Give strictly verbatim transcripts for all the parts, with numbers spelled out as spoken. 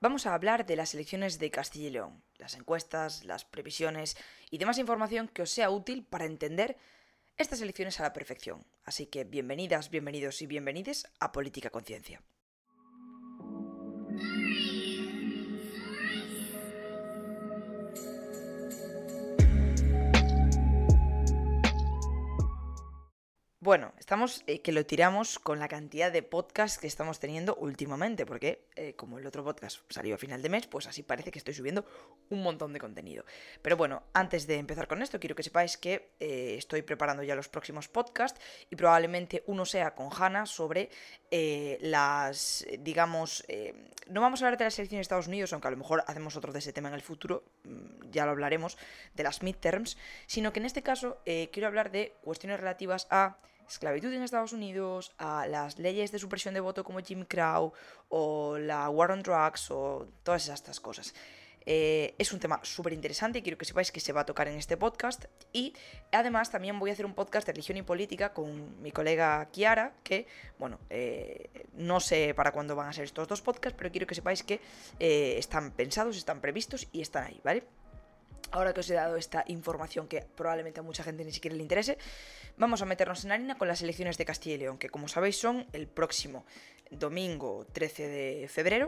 Vamos a hablar de las elecciones de Castilla y León, las encuestas, las previsiones y demás información que os sea útil para entender estas elecciones a la perfección. Así que bienvenidas, bienvenidos y bienvenides a Política Conciencia. Bueno, estamos eh, que lo tiramos con la cantidad de podcasts que estamos teniendo últimamente, porque eh, como el otro podcast salió a final de mes, pues así parece que estoy subiendo un montón de contenido. Pero bueno, antes de empezar con esto, quiero que sepáis que eh, estoy preparando ya los próximos podcasts y probablemente uno sea con Hanna sobre eh, las, digamos, eh, no vamos a hablar de las elecciones de Estados Unidos, aunque a lo mejor hacemos otro de ese tema en el futuro, ya lo hablaremos, de las midterms, sino que en este caso eh, quiero hablar de cuestiones relativas a esclavitud en Estados Unidos, a las leyes de supresión de voto como Jim Crow o la War on Drugs o todas estas cosas. Eh, es un tema súper interesante y quiero que sepáis que se va a tocar en este podcast. Y además también voy a hacer un podcast de religión y política con mi colega Kiara, que, bueno, eh, no sé para cuándo van a ser estos dos podcasts, pero quiero que sepáis que eh, están pensados, están previstos y están ahí, ¿vale? Ahora que os he dado esta información que probablemente a mucha gente ni siquiera le interese, vamos a meternos en harina con las elecciones de Castilla y León, que como sabéis son el próximo domingo trece de febrero.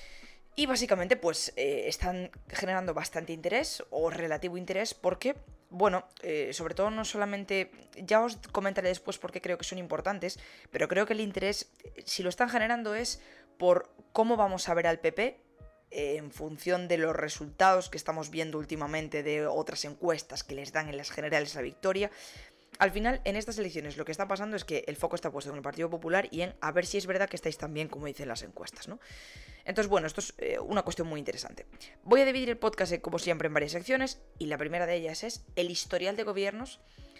Y básicamente pues eh, están generando bastante interés o relativo interés porque, bueno, eh, sobre todo no solamente, ya os comentaré después por qué creo que son importantes, pero creo que el interés, si lo están generando es por cómo vamos a ver al P P en función de los resultados que estamos viendo últimamente de otras encuestas que les dan en las generales la victoria. Al final, en estas elecciones lo que está pasando es que el foco está puesto en el Partido Popular y en a ver si es verdad que estáis tan bien como dicen las encuestas, ¿no? Entonces, bueno, esto es eh, una cuestión muy interesante. Voy a dividir el podcast, como siempre, en varias secciones y la primera de ellas es el historial de gobiernos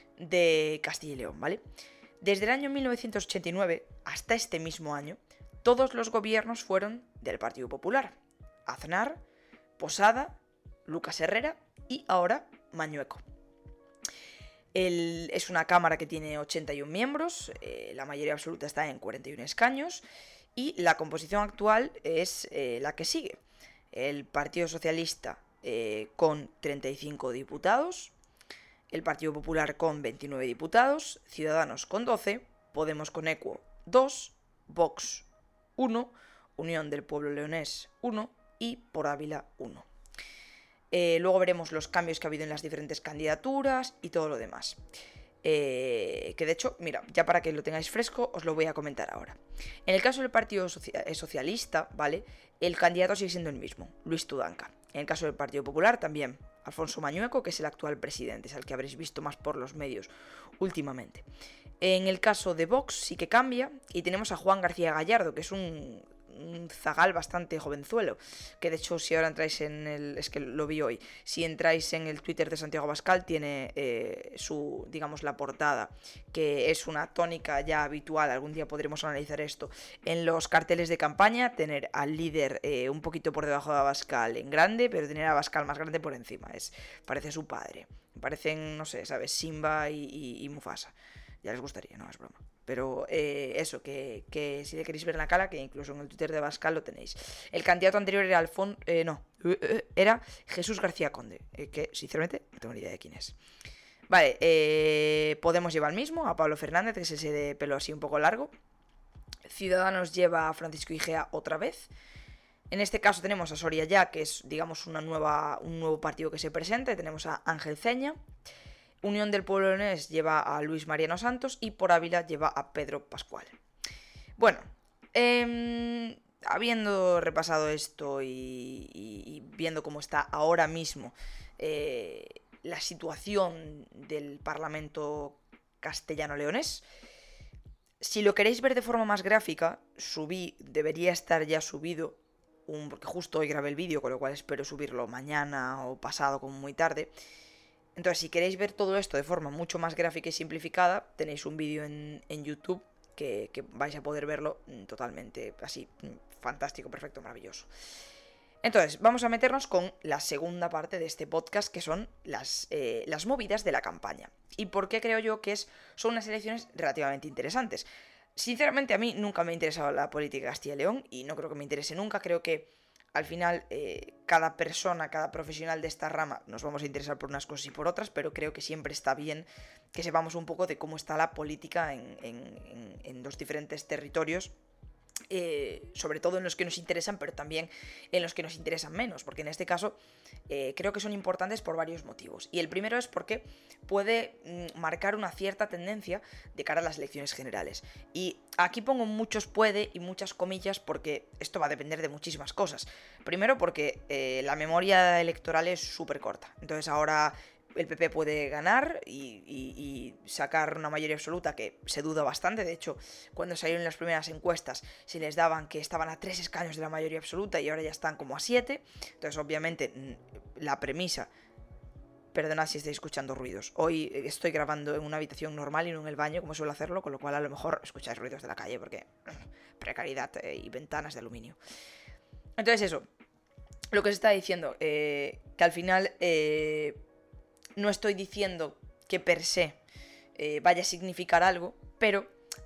de Castilla y León, ¿vale? Desde el año mil novecientos ochenta y nueve hasta este mismo año, todos los gobiernos fueron del Partido Popular. Aznar, Posada, Lucas Herrera y ahora Mañueco. El, es una cámara que tiene ochenta y uno miembros, eh, la mayoría absoluta está en cuarenta y uno escaños y la composición actual es eh, la que sigue. El Partido Socialista eh, con treinta y cinco diputados, el Partido Popular con veintinueve diputados, Ciudadanos con doce, Podemos con Equo dos, Vox uno, Unión del Pueblo Leonés uno y Por Ávila uno. Eh, luego veremos los cambios que ha habido en las diferentes candidaturas y todo lo demás. Eh, que de hecho, mira, ya para que lo tengáis fresco, os lo voy a comentar ahora. En el caso del Partido Socialista, ¿vale? El candidato sigue siendo el mismo, Luis Tudanca. En el caso del Partido Popular también, Alfonso Mañueco, que es el actual presidente, es el que habréis visto más por los medios últimamente. En el caso de Vox sí que cambia y tenemos a Juan García Gallardo, que es un... un zagal bastante jovenzuelo, que de hecho si ahora entráis en el, es que lo vi hoy, si entráis en el Twitter de Santiago Abascal tiene eh, su, digamos, la portada, que es una tónica ya habitual, algún día podremos analizar esto, en los carteles de campaña, tener al líder eh, un poquito por debajo de Abascal en grande, pero tener a Abascal más grande por encima, es, parece su padre, parecen, no sé, ¿sabes? Simba y, y, y Mufasa. Ya les gustaría, no, es broma. Pero eh, eso, que, que si le queréis ver la cara, que incluso en el Twitter de Abascal lo tenéis. El candidato anterior era Alfon... Eh, no, era Jesús García Conde, eh, que sinceramente no tengo ni idea de quién es. Vale, eh, Podemos lleva al mismo, a Pablo Fernández, que es ese de pelo así un poco largo. Ciudadanos lleva a Francisco Igea otra vez. En este caso tenemos a Soria Ya, que es, digamos, una nueva, un nuevo partido que se presenta. Tenemos a Ángel Ceña. Unión del Pueblo Leonés lleva a Luis Mariano Santos y Por Ávila lleva a Pedro Pascual. Bueno, eh, habiendo repasado esto y, y, y viendo cómo está ahora mismo eh, la situación del Parlamento castellano-leonés, si lo queréis ver de forma más gráfica, subí, debería estar ya subido, un, porque justo hoy grabé el vídeo, con lo cual espero subirlo mañana o pasado como muy tarde. Entonces, si queréis ver todo esto de forma mucho más gráfica y simplificada, tenéis un vídeo en, en YouTube que, que vais a poder verlo totalmente así, fantástico, perfecto, maravilloso. Entonces, vamos a meternos con la segunda parte de este podcast, que son las, eh, las movidas de la campaña. ¿Y por qué creo yo que es, son unas elecciones relativamente interesantes? Sinceramente, a mí nunca me ha interesado la política de Castilla y León, y no creo que me interese nunca. Creo que al final eh, cada persona, cada profesional de esta rama nos vamos a interesar por unas cosas y por otras, pero creo que siempre está bien que sepamos un poco de cómo está la política en, en, en, en los diferentes territorios. Eh, sobre todo en los que nos interesan, pero también en los que nos interesan menos, porque en este caso eh, creo que son importantes por varios motivos. Y el primero es porque puede mm, marcar una cierta tendencia de cara a las elecciones generales. Y aquí pongo muchos puede y muchas comillas porque esto va a depender de muchísimas cosas. Primero porque eh, la memoria electoral es súper corta. Entonces ahora el P P puede ganar y, y, y sacar una mayoría absoluta, que se duda bastante. De hecho, cuando salieron las primeras encuestas se les daban que estaban a tres escaños de la mayoría absoluta y ahora ya están como a siete. Entonces, obviamente, la premisa... Perdonad si estáis escuchando ruidos. Hoy estoy grabando en una habitación normal y no en el baño, como suelo hacerlo, con lo cual a lo mejor escucháis ruidos de la calle, porque precariedad y ventanas de aluminio. Entonces eso, lo que se está diciendo, eh, que al final... Eh, No estoy diciendo que per se eh, vaya a significar algo, pero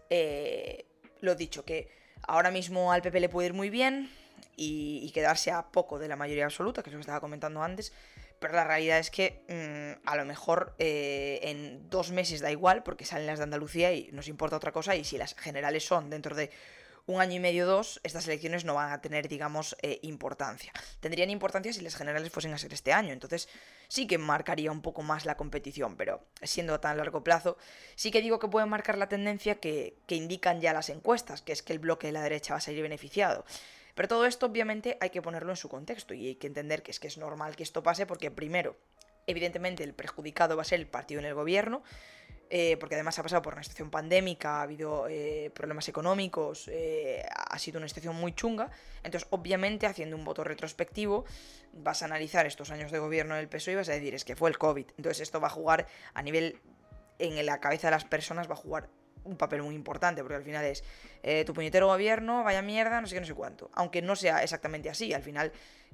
eh, lo dicho, que ahora mismo al P P le puede ir muy bien y, y quedarse a poco de la mayoría absoluta, que es lo que estaba comentando antes, pero la realidad es que mmm, a lo mejor eh, en dos meses da igual, porque salen las de Andalucía y nos importa otra cosa, y si las generales son dentro de un año y medio, dos, estas elecciones no van a tener, digamos, eh, importancia. Tendrían importancia si las generales fuesen a ser este año, entonces sí que marcaría un poco más la competición, pero siendo a tan largo plazo, sí que digo que pueden marcar la tendencia que, que indican ya las encuestas, que es que el bloque de la derecha va a salir beneficiado. Pero todo esto, obviamente, hay que ponerlo en su contexto y hay que entender que es que es normal que esto pase porque, primero, evidentemente el perjudicado va a ser el partido en el gobierno, Eh, porque además ha pasado por una situación pandémica, ha habido eh, problemas económicos, eh, ha sido una situación muy chunga. Entonces, obviamente, haciendo un voto retrospectivo, vas a analizar estos años de gobierno del P S O E y vas a decir, es que fue el COVID. Entonces, esto va a jugar a nivel, en la cabeza de las personas va a jugar un papel muy importante, porque al final es eh, tu puñetero gobierno, vaya mierda, no sé qué, no sé cuánto. Aunque no sea exactamente así, al final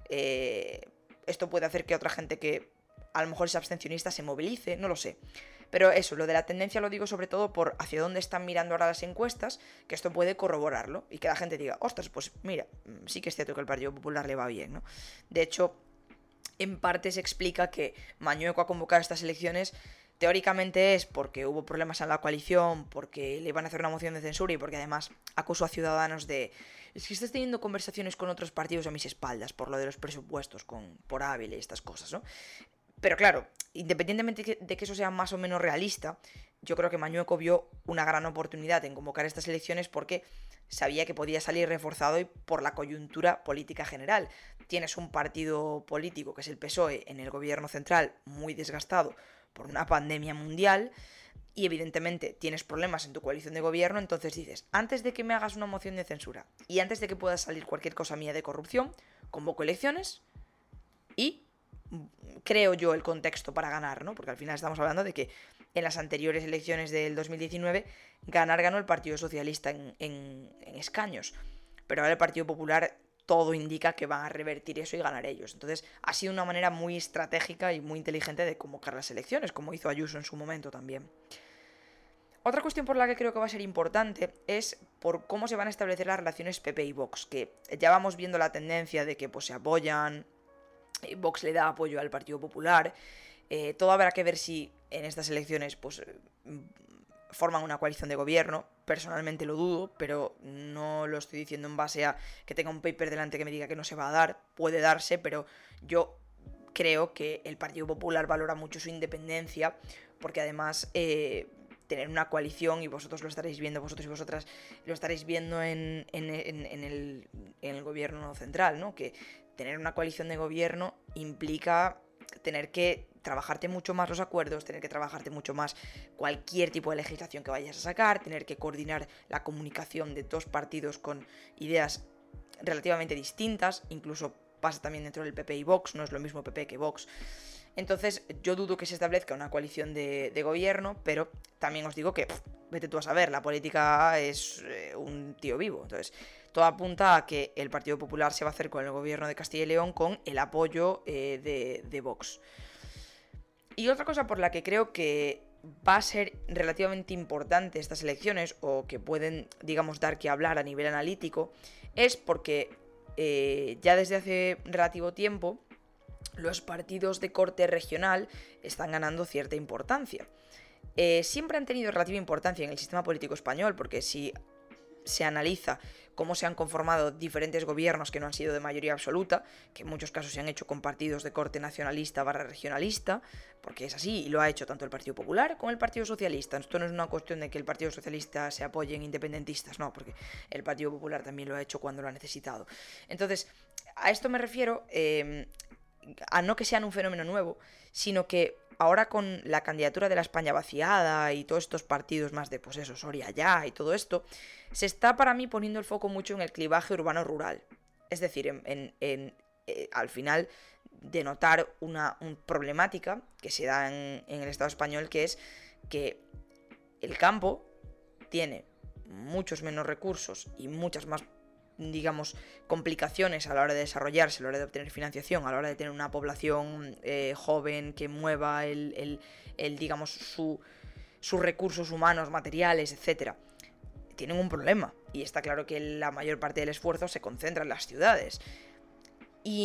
eh, esto puede hacer que otra gente que a lo mejor es abstencionista se movilice, no lo sé. Pero eso, lo de la tendencia lo digo sobre todo por hacia dónde están mirando ahora las encuestas, que esto puede corroborarlo y que la gente diga, ostras, pues mira, sí que es cierto que el Partido Popular le va bien, ¿no? De hecho, en parte se explica que Mañueco ha convocado estas elecciones teóricamente es porque hubo problemas en la coalición, porque le iban a hacer una moción de censura y porque además acusó a Ciudadanos de... Es que estás teniendo conversaciones con otros partidos a mis espaldas por lo de los presupuestos, con por Ávila y estas cosas, ¿no? Pero claro, independientemente de que eso sea más o menos realista, yo creo que Mañueco vio una gran oportunidad en convocar estas elecciones porque sabía que podía salir reforzado y por la coyuntura política general. Tienes un partido político, que es el P S O E, en el gobierno central, muy desgastado por una pandemia mundial, y evidentemente tienes problemas en tu coalición de gobierno, entonces dices, antes de que me hagas una moción de censura y antes de que pueda salir cualquier cosa mía de corrupción, convoco elecciones y creo yo el contexto para ganar, ¿no? Porque al final estamos hablando de que en las anteriores elecciones del dos mil diecinueve ganar ganó el Partido Socialista en, en, en escaños, pero ahora el Partido Popular todo indica que van a revertir eso y ganar ellos. Entonces ha sido una manera muy estratégica y muy inteligente de convocar las elecciones, como hizo Ayuso en su momento también. Otra cuestión por la que creo que va a ser importante es por cómo se van a establecer las relaciones P P y Vox, que ya vamos viendo la tendencia de que pues se apoyan, Vox le da apoyo al Partido Popular, eh, todo habrá que ver si en estas elecciones pues forman una coalición de gobierno. Personalmente lo dudo, pero no lo estoy diciendo en base a que tenga un paper delante que me diga que no se va a dar. Puede darse, pero yo creo que el Partido Popular valora mucho su independencia, porque además eh, tener una coalición, y vosotros lo estaréis viendo, vosotros y vosotras lo estaréis viendo en, en, en, en, el, en el gobierno central, ¿no? Que tener una coalición de gobierno implica tener que trabajarte mucho más los acuerdos, tener que trabajarte mucho más cualquier tipo de legislación que vayas a sacar, tener que coordinar la comunicación de dos partidos con ideas relativamente distintas, incluso pasa también dentro del P P y Vox, no es lo mismo P P que Vox. Entonces yo dudo que se establezca una coalición de, de gobierno, pero también os digo que, pff, vete tú a saber, la política es eh, un tío vivo. Entonces todo apunta a que el Partido Popular se va a hacer con el gobierno de Castilla y León con el apoyo eh, de, de Vox. Y otra cosa por la que creo que va a ser relativamente importante estas elecciones, o que pueden, digamos, dar que hablar a nivel analítico, es porque eh, ya desde hace relativo tiempo los partidos de corte regional están ganando cierta importancia. Eh, siempre han tenido relativa importancia en el sistema político español, porque si se analiza cómo se han conformado diferentes gobiernos que no han sido de mayoría absoluta, que en muchos casos se han hecho con partidos de corte nacionalista barra regionalista, porque es así, y lo ha hecho tanto el Partido Popular como el Partido Socialista. Esto no es una cuestión de que el Partido Socialista se apoye en independentistas, no, porque el Partido Popular también lo ha hecho cuando lo ha necesitado. Entonces, a esto me refiero, eh, a no que sean un fenómeno nuevo, sino que ahora con la candidatura de la España vaciada y todos estos partidos más de, pues eso, Soria ya y todo esto, se está para mí poniendo el foco mucho en el clivaje urbano-rural. Es decir, en, en, en, eh, al final denotar una, una problemática que se da en, en el Estado español, que es que el campo tiene muchos menos recursos y muchas más, digamos, complicaciones a la hora de desarrollarse, a la hora de obtener financiación, a la hora de tener una población eh, joven que mueva el, el, el digamos, su, sus recursos humanos, materiales, etcétera. Tienen un problema, y está claro que la mayor parte del esfuerzo se concentra en las ciudades. Y,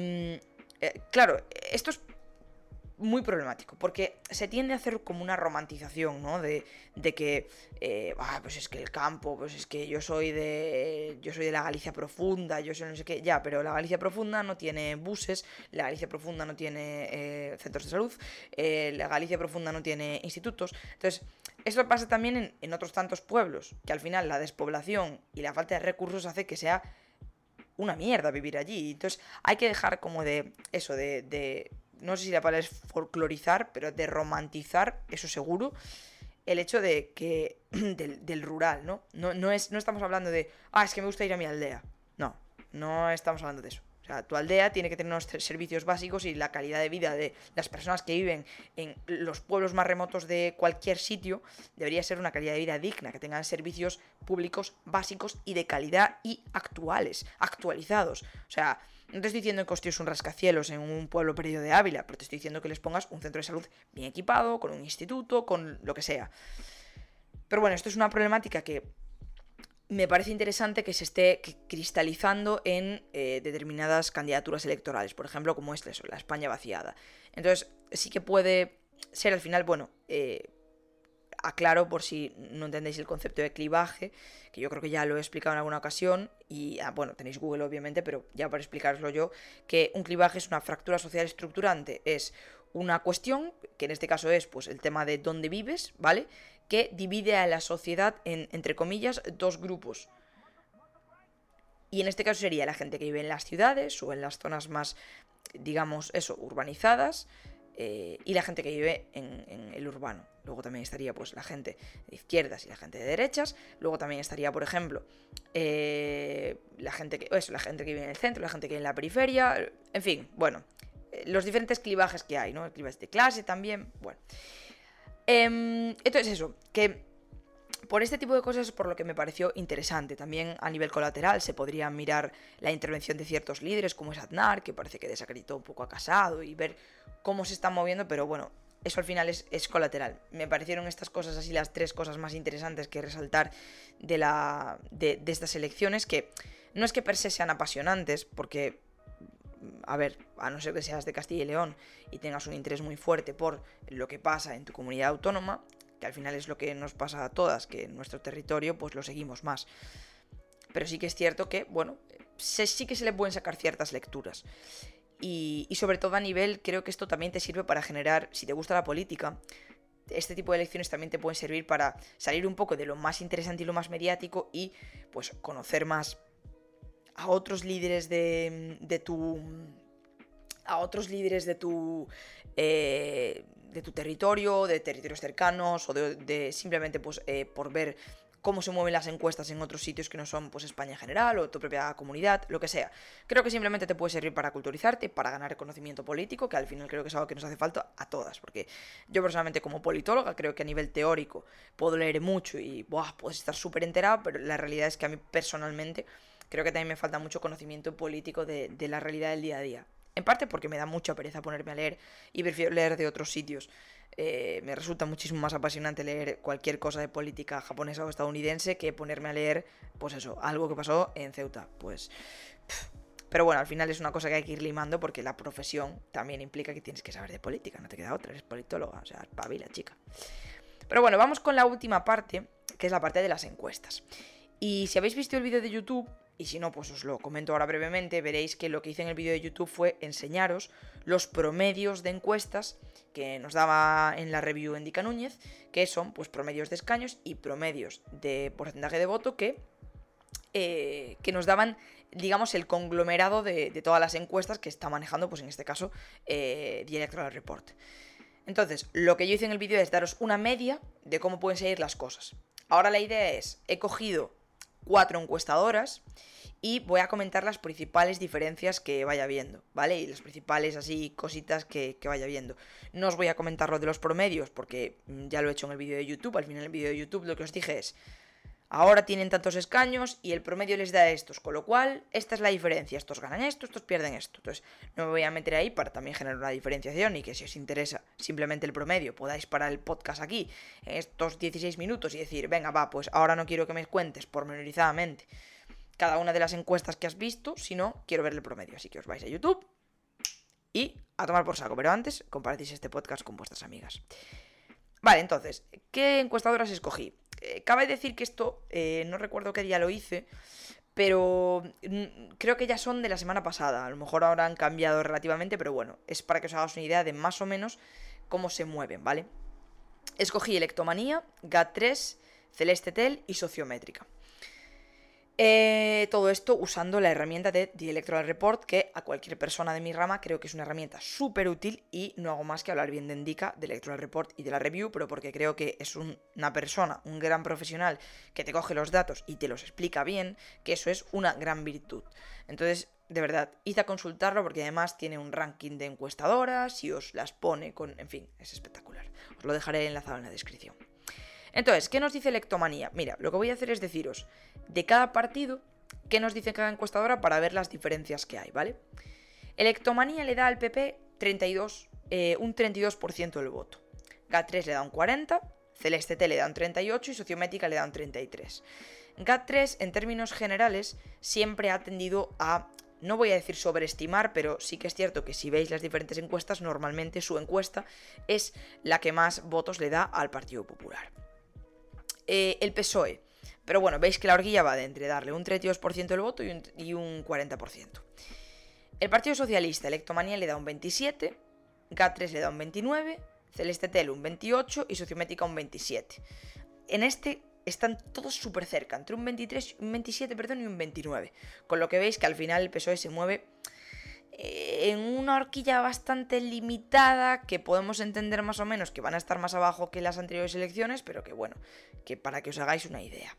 eh, claro, esto es muy problemático, porque se tiende a hacer como una romantización, ¿no? De, de que, eh, ah, pues es que el campo, pues es que yo soy de yo soy de la Galicia profunda, yo soy no sé qué, ya, pero la Galicia profunda no tiene buses, la Galicia profunda no tiene eh, centros de salud, eh, la Galicia profunda no tiene institutos. Entonces, esto pasa también en, en otros tantos pueblos, que al final la despoblación y la falta de recursos hace que sea una mierda vivir allí. Entonces, hay que dejar como de eso, de... de no sé si la palabra es folclorizar, pero de romantizar, eso seguro, el hecho de que del, del rural, ¿no? No, no, es, no estamos hablando de, ah, es que me gusta ir a mi aldea. No, no estamos hablando de eso. O sea, tu aldea tiene que tener unos servicios básicos y la calidad de vida de las personas que viven en los pueblos más remotos de cualquier sitio debería ser una calidad de vida digna, que tengan servicios públicos básicos y de calidad y actuales, actualizados. O sea, no te estoy diciendo que construyes un rascacielos en un pueblo perdido de Ávila, pero te estoy diciendo que les pongas un centro de salud bien equipado, con un instituto, con lo que sea. Pero bueno, esto es una problemática que me parece interesante que se esté cristalizando en eh, determinadas candidaturas electorales, por ejemplo, como es eso, la España vaciada. Entonces, sí que puede ser al final, bueno, eh, aclaro por si no entendéis el concepto de clivaje, que yo creo que ya lo he explicado en alguna ocasión, y ah, bueno, tenéis Google obviamente, pero ya para explicaroslo yo, que un clivaje es una fractura social estructurante, es una cuestión, que en este caso es pues el tema de dónde vives, ¿vale?, que divide a la sociedad en, entre comillas, dos grupos. Y en este caso sería la gente que vive en las ciudades o en las zonas más, digamos, eso, urbanizadas, eh, y la gente que vive en, en el urbano. Luego también estaría pues la gente de izquierdas y la gente de derechas. Luego también estaría, por ejemplo, eh, la gente que eso, la gente que vive en el centro, la gente que vive en la periferia. En fin, bueno, eh, los diferentes clivajes que hay, ¿no? El clivaje de clase también, bueno. Eh, entonces eso, que por este tipo de cosas es por lo que me pareció interesante. También a nivel colateral se podría mirar la intervención de ciertos líderes como es Aznar, que parece que desacreditó un poco a Casado, y ver cómo se están moviendo, pero bueno, eso al final es, es colateral. Me parecieron estas cosas así las tres cosas más interesantes que resaltar de, la, de, de estas elecciones, que no es que per se sean apasionantes, porque, a ver, a no ser que seas de Castilla y León y tengas un interés muy fuerte por lo que pasa en tu comunidad autónoma, que al final es lo que nos pasa a todas, que en nuestro territorio pues lo seguimos más. Pero sí que es cierto que, bueno, se, sí que se le pueden sacar ciertas lecturas. Y, y sobre todo a nivel, creo que esto también te sirve para generar, si te gusta la política, este tipo de elecciones también te pueden servir para salir un poco de lo más interesante y lo más mediático y pues conocer más a otros líderes de, de tu... a otros líderes de tu... Eh, de tu territorio, de territorios cercanos, o de, de simplemente pues eh, por ver cómo se mueven las encuestas en otros sitios que no son pues España en general, o tu propia comunidad, lo que sea. Creo que simplemente te puede servir para culturizarte, para ganar conocimiento político, que al final creo que es algo que nos hace falta a todas, porque yo personalmente como politóloga creo que a nivel teórico puedo leer mucho y buah, puedes estar súper enterado, pero la realidad es que a mí personalmente creo que también me falta mucho conocimiento político de, de la realidad del día a día. En parte porque me da mucha pereza ponerme a leer y prefiero leer de otros sitios. Eh, me resulta muchísimo más apasionante leer cualquier cosa de política japonesa o estadounidense que ponerme a leer, pues eso, algo que pasó en Ceuta. Pues Pero bueno, al final es una cosa que hay que ir limando porque la profesión también implica que tienes que saber de política, no te queda otra, eres politóloga, o sea, espabila, chica. Pero bueno, vamos con la última parte, que es la parte de las encuestas. Y si habéis visto el vídeo de YouTube, y si no, pues os lo comento ahora brevemente, veréis que lo que hice en el vídeo de YouTube fue enseñaros los promedios de encuestas que nos daba en la review Endika Núñez, que son pues promedios de escaños y promedios de porcentaje de voto que, eh, que nos daban, digamos, el conglomerado de, de todas las encuestas que está manejando, pues en este caso, eh, The Electoral Report. Entonces, lo que yo hice en el vídeo es daros una media de cómo pueden seguir las cosas. Ahora la idea es, he cogido cuatro encuestadoras y voy a comentar las principales diferencias que vaya viendo, ¿vale? Y las principales así cositas que, que vaya viendo. No os voy a comentar lo de los promedios porque ya lo he hecho en el vídeo de YouTube. Al final el vídeo de YouTube lo que os dije es, ahora tienen tantos escaños y el promedio les da estos, con lo cual esta es la diferencia, estos ganan esto, estos pierden esto. Entonces no me voy a meter ahí para también generar una diferenciación y que si os interesa simplemente el promedio podáis parar el podcast aquí en estos dieciséis minutos y decir, venga va, pues ahora no quiero que me cuentes pormenorizadamente cada una de las encuestas que has visto, sino quiero ver el promedio, así que os vais a YouTube y a tomar por saco, pero antes compartís este podcast con vuestras amigas. Vale, entonces, ¿qué encuestadoras escogí? Eh, cabe decir que esto, eh, no recuerdo qué día lo hice, pero mm, creo que ya son de la semana pasada. A lo mejor ahora han cambiado relativamente, pero bueno, es para que os hagáis una idea de más o menos cómo se mueven, ¿vale? Escogí Electomanía, G A T tres, Celestetel y Sociométrica. Eh, todo esto usando la herramienta de The Electoral Report, que a cualquier persona de mi rama creo que es una herramienta súper útil y no hago más que hablar bien de Endika, de Electoral Report y de la review, pero porque creo que es un, una persona, un gran profesional que te coge los datos y te los explica bien, que eso es una gran virtud. Entonces, de verdad, id a consultarlo porque además tiene un ranking de encuestadoras y os las pone con... En fin, es espectacular. Os lo dejaré enlazado en la descripción. Entonces, ¿qué nos dice Electomanía? Mira, lo que voy a hacer es deciros de cada partido qué nos dice cada encuestadora para ver las diferencias que hay, ¿vale? Electomanía le da al P P treinta y dos, eh, un treinta y dos por ciento del voto. G A T tres le da un cuarenta por ciento, Celestetel le da un treinta y ocho por ciento y Sociométrica le da un treinta y tres por ciento. G A T tres, en términos generales, siempre ha tendido a... No voy a decir sobreestimar, pero sí que es cierto que si veis las diferentes encuestas, normalmente su encuesta es la que más votos le da al Partido Popular. Eh, el P S O E. Pero bueno, veis que la horquilla va de entre darle un treinta y dos por ciento del voto y un, y un cuarenta por ciento. El Partido Socialista, Electomanía le da un veintisiete por ciento, G A T tres le da un veintinueve por ciento, Celestetel un veintiocho por ciento y Sociométrica un veintisiete por ciento. En este están todos súper cerca, entre un veintitrés, un veintisiete perdón, y un veintinueve. Con lo que veis que al final el P S O E se mueve en una horquilla bastante limitada, que podemos entender más o menos que van a estar más abajo que las anteriores elecciones, pero que bueno, que para que os hagáis una idea.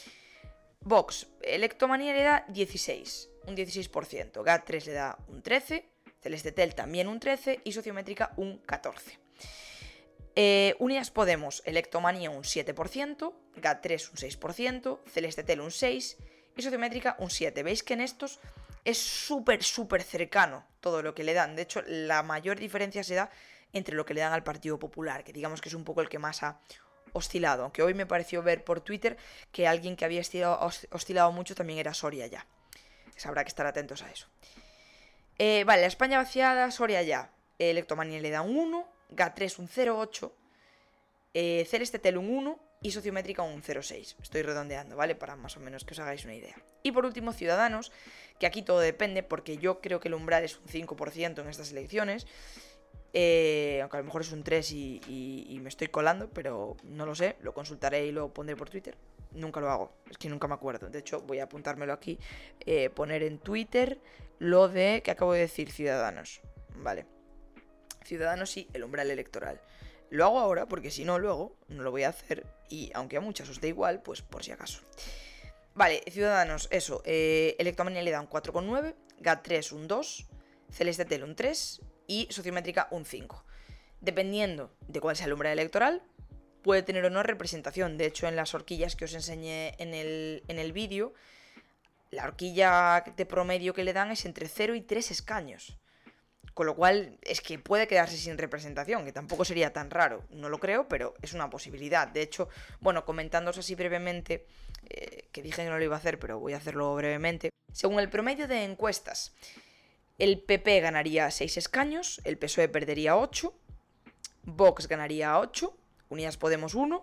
Vox, Electomanía le da dieciséis, un dieciséis por ciento, G A T tres le da un trece por ciento, Celestetel también un trece por ciento y Sociométrica un catorce por ciento. Eh, Unidas Podemos, Electomanía un siete por ciento, G A T tres un seis por ciento, Celestetel un seis por ciento y Sociométrica un siete por ciento. Veis que en estos es súper, súper cercano todo lo que le dan. De hecho, la mayor diferencia se da entre lo que le dan al Partido Popular, que digamos que es un poco el que más ha oscilado. Aunque hoy me pareció ver por Twitter que alguien que había oscilado mucho también era Soria Ya. Habrá que estar atentos a eso. Eh, vale, la España vaciada, Soria Ya. Electomanía le da un uno, G A T tres un cero coma ocho, eh, Celestetel un uno y Sociométrica un cero coma seis. Estoy redondeando, ¿vale? Para más o menos que os hagáis una idea. Y por último, Ciudadanos, que aquí todo depende, porque yo creo que el umbral es un cinco por ciento en estas elecciones, eh, aunque a lo mejor es un tres por ciento y, y, y me estoy colando, pero no lo sé, lo consultaré y lo pondré por Twitter. Nunca lo hago, es que nunca me acuerdo. De hecho, voy a apuntármelo aquí, eh, poner en Twitter lo de que acabo de decir, Ciudadanos, ¿vale? Ciudadanos y el umbral electoral. Lo hago ahora porque si no, luego no lo voy a hacer y aunque a muchas os dé igual, pues por si acaso. Vale, Ciudadanos, eso, eh, Electomanía le da un cuatro coma nueve, G A T tres un dos, Celestetel un tres y Sociométrica un cinco. Dependiendo de cuál sea el umbral electoral, puede tener o no representación. De hecho, en las horquillas que os enseñé en el, en el vídeo, la horquilla de promedio que le dan es entre cero y tres escaños. Con lo cual es que puede quedarse sin representación, que tampoco sería tan raro. No lo creo, pero es una posibilidad. De hecho, bueno, comentándoos así brevemente, eh, que dije que no lo iba a hacer, pero voy a hacerlo brevemente. Según el promedio de encuestas, el P P ganaría seis escaños, el P S O E perdería ocho, Vox ganaría ocho, Unidas Podemos uno,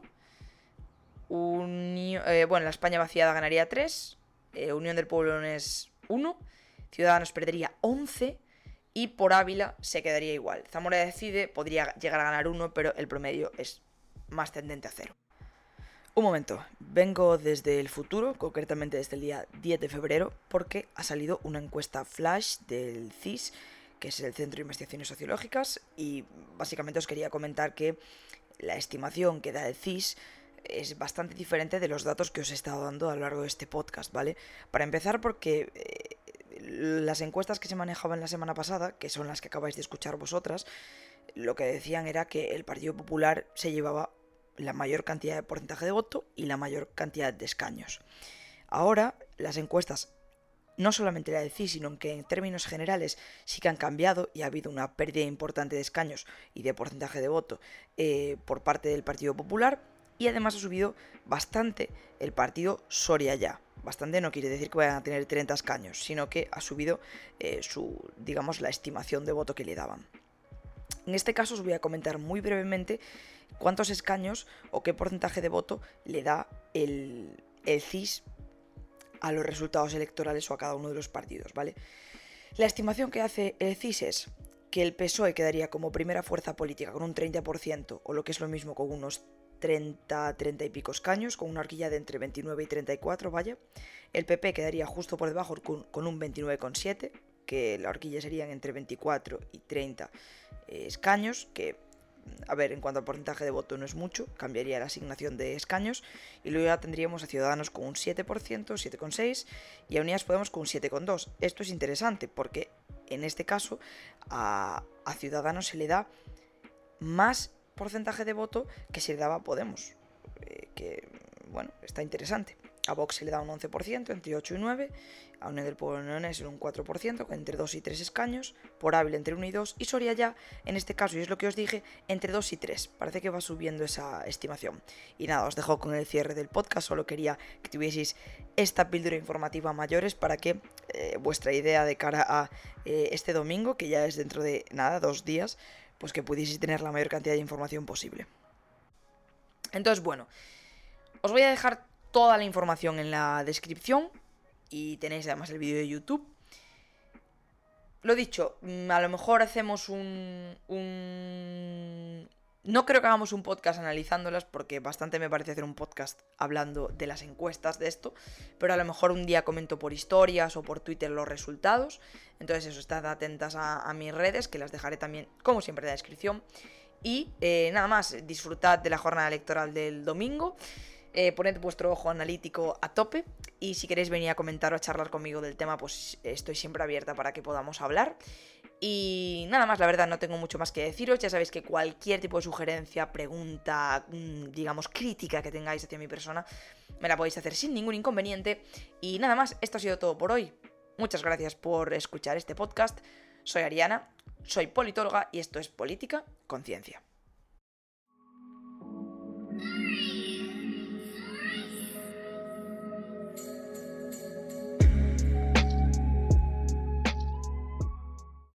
Uni- eh, bueno, la España vaciada ganaría tres, eh, Unión del Pueblo es uno, Ciudadanos perdería once y por Ávila se quedaría igual. Zamora Decide podría llegar a ganar uno, pero el promedio es más tendente a cero. Un momento, vengo desde el futuro, concretamente desde el día diez de febrero, porque ha salido una encuesta flash del C I S, que es el Centro de Investigaciones Sociológicas, y básicamente os quería comentar que la estimación que da el C I S es bastante diferente de los datos que os he estado dando a lo largo de este podcast, ¿vale? Para empezar, porque eh, las encuestas que se manejaban la semana pasada, que son las que acabáis de escuchar vosotras, lo que decían era que el Partido Popular se llevaba la mayor cantidad de porcentaje de voto y la mayor cantidad de escaños. Ahora, las encuestas, no solamente la del C I S, sino que en términos generales sí que han cambiado y ha habido una pérdida importante de escaños y de porcentaje de voto eh, por parte del Partido Popular, y además ha subido bastante el partido Soria Ya. Bastante no quiere decir que vayan a tener treinta escaños, sino que ha subido eh, su, digamos, la estimación de voto que le daban. En este caso os voy a comentar muy brevemente cuántos escaños o qué porcentaje de voto le da el, el C I S a los resultados electorales o a cada uno de los partidos, ¿vale? La estimación que hace el C I S es que el P S O E quedaría como primera fuerza política con un treinta por ciento, o lo que es lo mismo con unos treinta, treinta y pico escaños, con una horquilla de entre veintinueve y treinta y cuatro, vaya. El P P quedaría justo por debajo con, con un veintinueve coma siete, que la horquilla serían entre veinticuatro y treinta eh, escaños, que, a ver, en cuanto al porcentaje de voto no es mucho, cambiaría la asignación de escaños, y luego ya tendríamos a Ciudadanos con un siete por ciento, siete coma seis, y a Unidas Podemos con un siete coma dos. Esto es interesante porque en este caso a, a Ciudadanos se le da más porcentaje de voto que se le daba a Podemos, eh, que, bueno, está interesante. A Vox se le da un once por ciento, entre ocho y nueve, a Unión del Pueblo Leonés un cuatro por ciento, entre dos y tres escaños, por Ávila entre uno y dos, y Soria Ya, en este caso, y es lo que os dije, entre dos y tres. Parece que va subiendo esa estimación. Y nada, os dejo con el cierre del podcast, solo quería que tuvieseis esta píldora informativa a mayores para que eh, vuestra idea de cara a eh, este domingo, que ya es dentro de nada, dos días, pues que pudieseis tener la mayor cantidad de información posible. Entonces, bueno, os voy a dejar toda la información en la descripción y tenéis además el vídeo de YouTube. Lo dicho, a lo mejor hacemos un, un... No creo que hagamos un podcast analizándolas, porque bastante me parece hacer un podcast hablando de las encuestas de esto, pero a lo mejor un día comento por historias o por Twitter los resultados. Entonces eso, estad atentas a, a mis redes, que las dejaré también, como siempre, en la descripción. Y eh, nada más, disfrutad de la jornada electoral del domingo. Eh, poned vuestro ojo analítico a tope, y si queréis venir a comentar o a charlar conmigo del tema, pues estoy siempre abierta para que podamos hablar. Y nada más, la verdad no tengo mucho más que deciros. Ya sabéis que cualquier tipo de sugerencia, pregunta, digamos crítica que tengáis hacia mi persona, me la podéis hacer sin ningún inconveniente. Y nada más, esto ha sido todo por hoy. Muchas gracias por escuchar este podcast. Soy Ariana, soy politóloga y esto es Política con Ciencia.